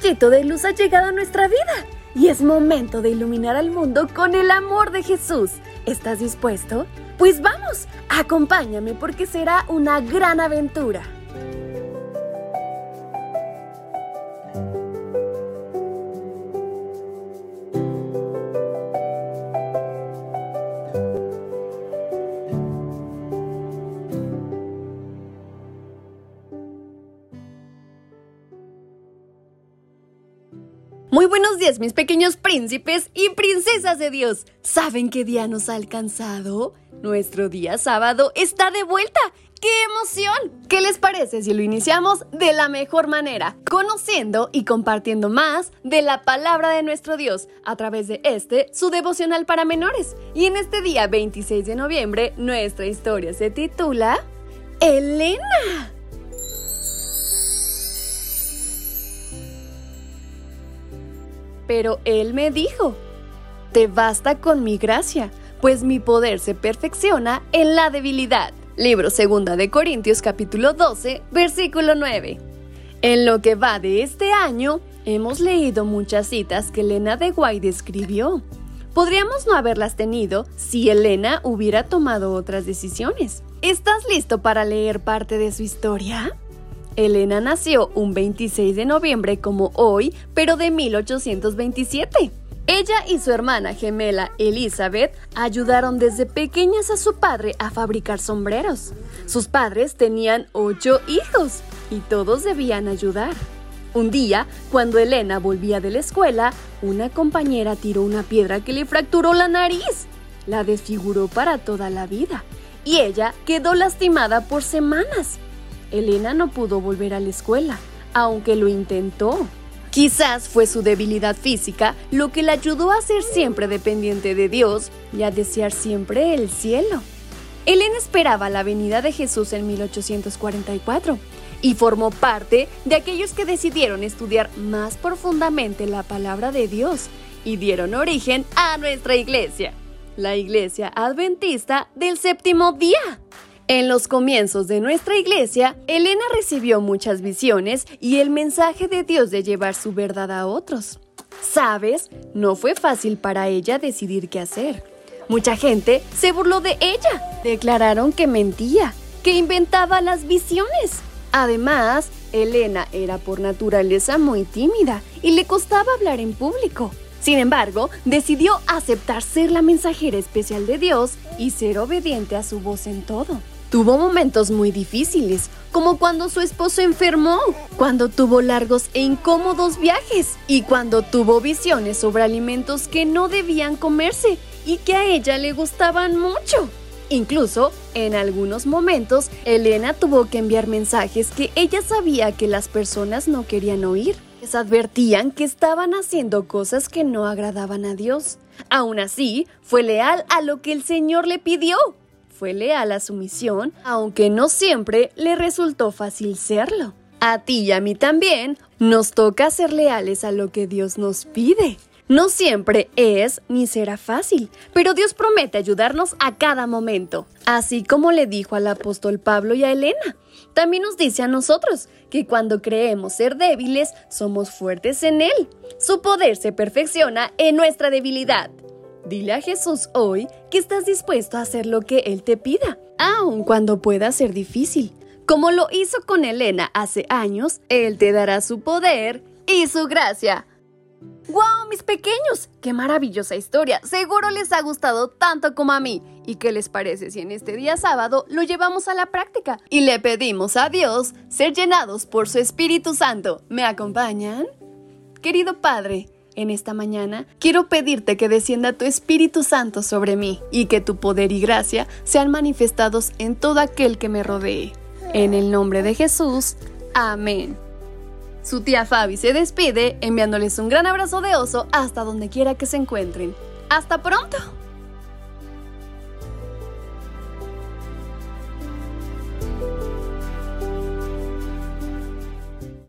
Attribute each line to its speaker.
Speaker 1: rayito de luz ha llegado a nuestra vida y es momento de iluminar al mundo con el amor de Jesús. ¿Estás dispuesto? Pues vamos, acompáñame porque será una gran aventura. Muy buenos días, mis pequeños príncipes y princesas de Dios. ¿Saben qué día nos ha alcanzado? Nuestro día sábado está de vuelta. ¡Qué emoción! ¿Qué les parece si lo iniciamos de la mejor manera? Conociendo y compartiendo más de la palabra de nuestro Dios a través de su devocional para menores. Y en este día 26 de noviembre, nuestra historia se titula Elena. Pero él me dijo, te basta con mi gracia, pues mi poder se perfecciona en la debilidad. Libro 2 de Corintios capítulo 12, versículo 9. En lo que va de este año, hemos leído muchas citas que Elena de White escribió. Podríamos no haberlas tenido si Elena hubiera tomado otras decisiones. ¿Estás listo para leer parte de su historia? Elena nació un 26 de noviembre como hoy, pero de 1827. Ella y su hermana gemela Elizabeth ayudaron desde pequeñas a su padre a fabricar sombreros. Sus padres tenían 8 hijos y todos debían ayudar. Un día, cuando Elena volvía de la escuela, una compañera tiró una piedra que le fracturó la nariz. La desfiguró para toda la vida y ella quedó lastimada por semanas. Elena no pudo volver a la escuela, aunque lo intentó. Quizás fue su debilidad física lo que la ayudó a ser siempre dependiente de Dios y a desear siempre el cielo. Elena esperaba la venida de Jesús en 1844 y formó parte de aquellos que decidieron estudiar más profundamente la palabra de Dios y dieron origen a nuestra iglesia, la Iglesia Adventista del Séptimo Día. En los comienzos de nuestra iglesia, Elena recibió muchas visiones y el mensaje de Dios de llevar su verdad a otros. ¿Sabes? No fue fácil para ella decidir qué hacer. Mucha gente se burló de ella. Declararon que mentía, que inventaba las visiones. Además, Elena era por naturaleza muy tímida y le costaba hablar en público. Sin embargo, decidió aceptar ser la mensajera especial de Dios y ser obediente a su voz en todo. Tuvo momentos muy difíciles, como cuando su esposo enfermó, cuando tuvo largos e incómodos viajes y cuando tuvo visiones sobre alimentos que no debían comerse y que a ella le gustaban mucho. Incluso, en algunos momentos, Elena tuvo que enviar mensajes que ella sabía que las personas no querían oír. Les advertían que estaban haciendo cosas que no agradaban a Dios. Aún así, fue leal a lo que el Señor le pidió. Fue leal a su misión, aunque no siempre le resultó fácil serlo. A ti y a mí también nos toca ser leales a lo que Dios nos pide. No siempre es ni será fácil, pero Dios promete ayudarnos a cada momento. Así como le dijo al apóstol Pablo y a Elena, también nos dice a nosotros que cuando creemos ser débiles, somos fuertes en Él. Su poder se perfecciona en nuestra debilidad. Dile a Jesús hoy que estás dispuesto a hacer lo que Él te pida, aun cuando pueda ser difícil. Como lo hizo con Elena hace años, Él te dará su poder y su gracia. ¡Wow, mis pequeños! ¡Qué maravillosa historia! Seguro les ha gustado tanto como a mí. ¿Y qué les parece si en este día sábado lo llevamos a la práctica? Y le pedimos a Dios ser llenados por su Espíritu Santo. ¿Me acompañan? Querido Padre, en esta mañana quiero pedirte que descienda tu Espíritu Santo sobre mí y que tu poder y gracia sean manifestados en todo aquel que me rodee. En el nombre de Jesús, amén. Su tía Fabi se despide enviándoles un gran abrazo de oso hasta donde quiera que se encuentren. ¡Hasta pronto!